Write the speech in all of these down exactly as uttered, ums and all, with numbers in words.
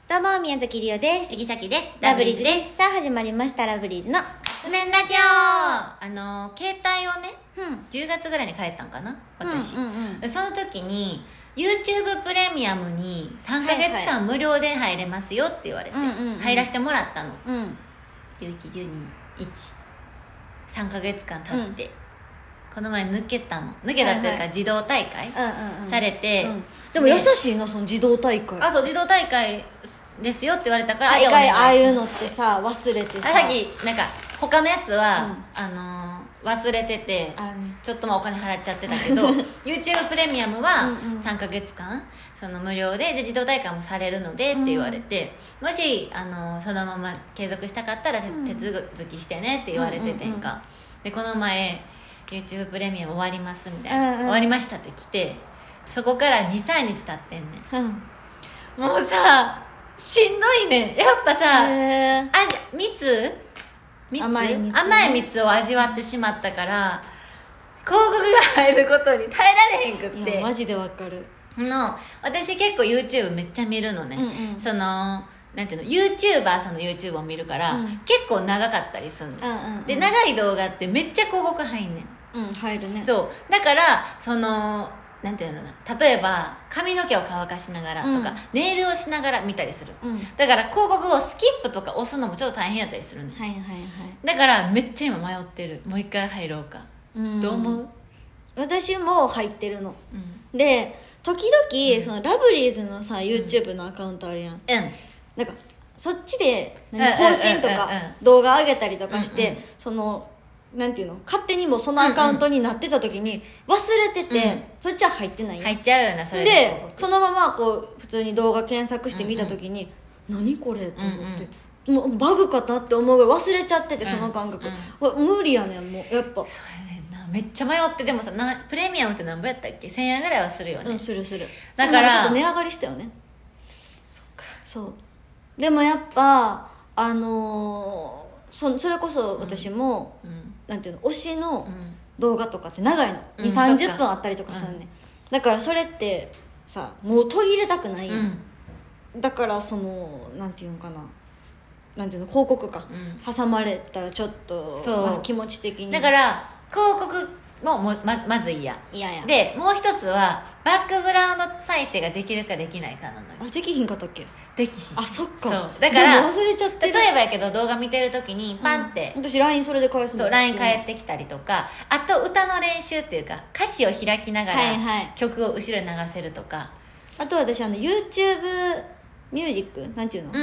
どうも、宮崎りおです。 杉崎です。 ラブリーズです。さあ、始まりました、ラブリーズのカップ麺ラジオ。 あの、携帯をね、 うん、 じゅうがつぐらいに変えたんかな、私。 うんうんうん、その時に、YouTube プレミアムにさんかげつかん無料で入れますよって言われて、 はいはい、 入らせてもらったの。 うん、 じゅういち、じゅうに、いち。さんかげつかん経って、うん、この前抜けたの。抜けたっていうか、はいはい、自動退会、うんうんうん、されて、うん、 でも優しいな、その自動退会。 あ、そう、自動退会ですよって言われたから、 大概ああいうのってさ、忘れてさ、 さっきなんか他のやつは、うん、あのー、忘れててちょっとまあお金払っちゃってたけどYouTube プレミアムはさんかげつかんその無料 で, で自動退会もされるのでって言われて、うん、もし、あのー、そのまま継続したかったら、うん、手続きしてねって言われててんか、うんうんうん、でこの前 YouTube プレミアム終わりますみたいな、うんうん、終わりましたって来て、そこからに、さんにち経ってんねん、うん、もうさしんどいね。やっぱさ、あ、蜜蜜甘い蜜、ね、 甘い蜜を味わってしまったから、広告が入ることに耐えられへんくって。 いやマジでわかるの。私結構 YouTube めっちゃ見るのね、うんうん、そのなんていうの YouTuber さんの YouTube を見るから、うん、結構長かったりするの、うんうんうん、で長い動画ってめっちゃ広告入んねん、うん、入るね。 そうだからそのなんていうのな、例えば髪の毛を乾かしながらとか、うん、ネイルをしながら見たりする、うん、だから広告をスキップとか押すのもちょっと大変やったりするね、 はいはいはい、 だからめっちゃ今迷ってる。もう一回入ろうか、うん、どう思う？ 私も入ってるの、うん、で時々、うん、そのラブリーズのさ YouTube のアカウントあるやん、うん、なんかそっちで何更新とか動画上げたりとかして、うんうん、そのなんていうの勝手にもそのアカウントになってた時に忘れてて、うんうん、そっちは入ってない入っちゃうよな。それで, でそのままこう普通に動画検索して見た時に、うんうん、何これと思って、うんうん、もうバグかなって思うぐらい忘れちゃってて、その感覚、うんうん、無理やねんもうやっぱ。 そうやねんな、めっちゃ迷って。でもさなプレミアムって何ぼやったっけ？せんえんぐらいはするよね。 うん、するする。 だからちょっと値上がりしたよね。 そっか。 そうでもやっぱあのー、そ, それこそ私も、うんうん、なんていうの推しの動画とかって長いの、うん、にじゅう、さんじゅっぷんあったりとかするね、うん、だからそれってさもう途切れたくないよ、うん、だからそのなんていうのかななんていうの広告か、うん、挟まれたらちょっと、まあ、気持ち的に。 だから広告もも ま, まず嫌いやいやで、もう一つはバックグラウンド再生ができるかできないかなのよ。 あれできひんかったっけ？ できひん。 あ、そっか。 そうだから忘れちゃってる。 例えばやけど動画見てる時にパンって、 うん、私 ライン それで返すの。 そう ライン 返ってきたりとか、あと歌の練習っていうか歌詞を開きながら曲を後ろに流せるとか、はいはい、 あと私あの YouTube ミュージックなんていうの、 うんうんうん、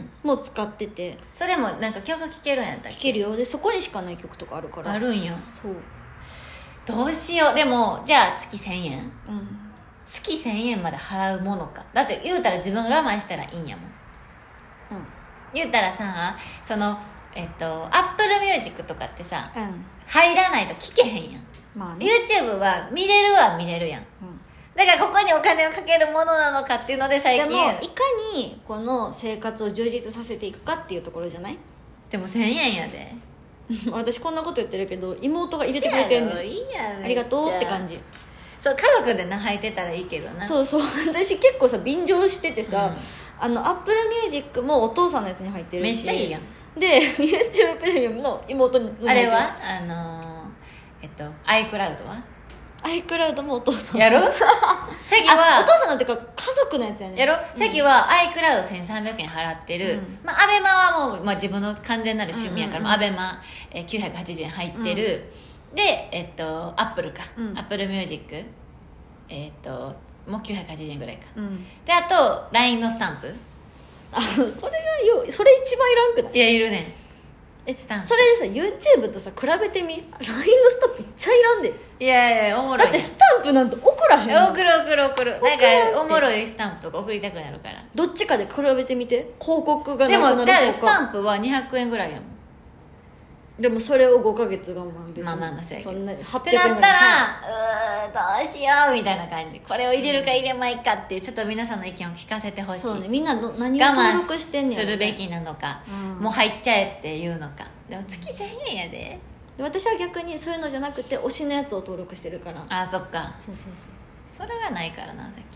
もう使ってて、 それもなんか曲聴けるんやったっけ？ 聴けるよ。でそこにしかない曲とかあるから。 あるんや。 そう。 どうしよう。でもじゃあ月せんえん、うん、月せんえんまで払うものか。だって言うたら自分が我慢したらいいんやもん、うん、言うたらさそのえっと Apple Music とかってさ、うん、入らないと聴けへんやん、まあね、YouTube は見れるは見れるやん、うん、だからここにお金をかけるものなのかっていうので最近。 でもいかにこの生活を充実させていくかっていうところじゃない？ でもせんえんやで私こんなこと言ってるけど妹が入れてくれてんねん。 いいやね、 ありがとうって感じ。 そう家族でな入ってたらいいけどな。 そうそう私結構さ便乗しててさ、うん、あの Apple Music もお父さんのやつに入ってるし、 めっちゃいいやん。 で YouTube プレミアムも妹にあれはあのー、えっと iCloud は iCloud もお父さんやろさっきはお父さんなんていうか家族のやつやねやろ、うん、さっきは iCloudせんさんびゃくえん払ってる、うん、まあ、アベマはもう、まあ、自分の完全なる趣味やから、うんうんうん、アベマ、えー、きゅうひゃくはちじゅうえん入ってる、うん、でえっと Apple か、うん、Apple Music えっともうきゅうひゃくはちじゅうえんぐらいか、うん、であと ライン のスタンプ。 あそれがよそれ一番いらんくない？ いやいるね。 えスタンプそれでさ YouTube とさ比べてみ ライン のスタンプめっちゃいらんで。 いやいやおもろい。 だってスタンプなんて送らへん。 送る送る送る。なんかおもろいスタンプとか送りたくなるから。 どっちかで比べてみて。広告がなくなるとか。 でもスタンプはにひゃくえんぐらいやもん。 でもそれをごかげつ我慢別にまあまあまあそうやけどそんなはっってなったらうーどうしようみたいな感じ。これを入れるか入れまいかっていうちょっと皆さんの意見を聞かせてほしい。 そうね、みんなの何を登録してんねん、 我慢するべきなのか、うん、もう入っちゃえっていうのか。でも月せんえんやで。 で私は逆にそういうのじゃなくて推しのやつを登録してるから。 ああそっか。 そうそうそう。 それがないからなさっき、うん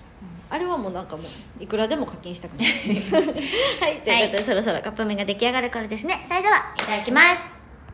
あれはもうなんかもういくらでも課金したくなるはい、ということで、はい、そろそろカップ麺が出来上がる頃ですね。それではいただきます。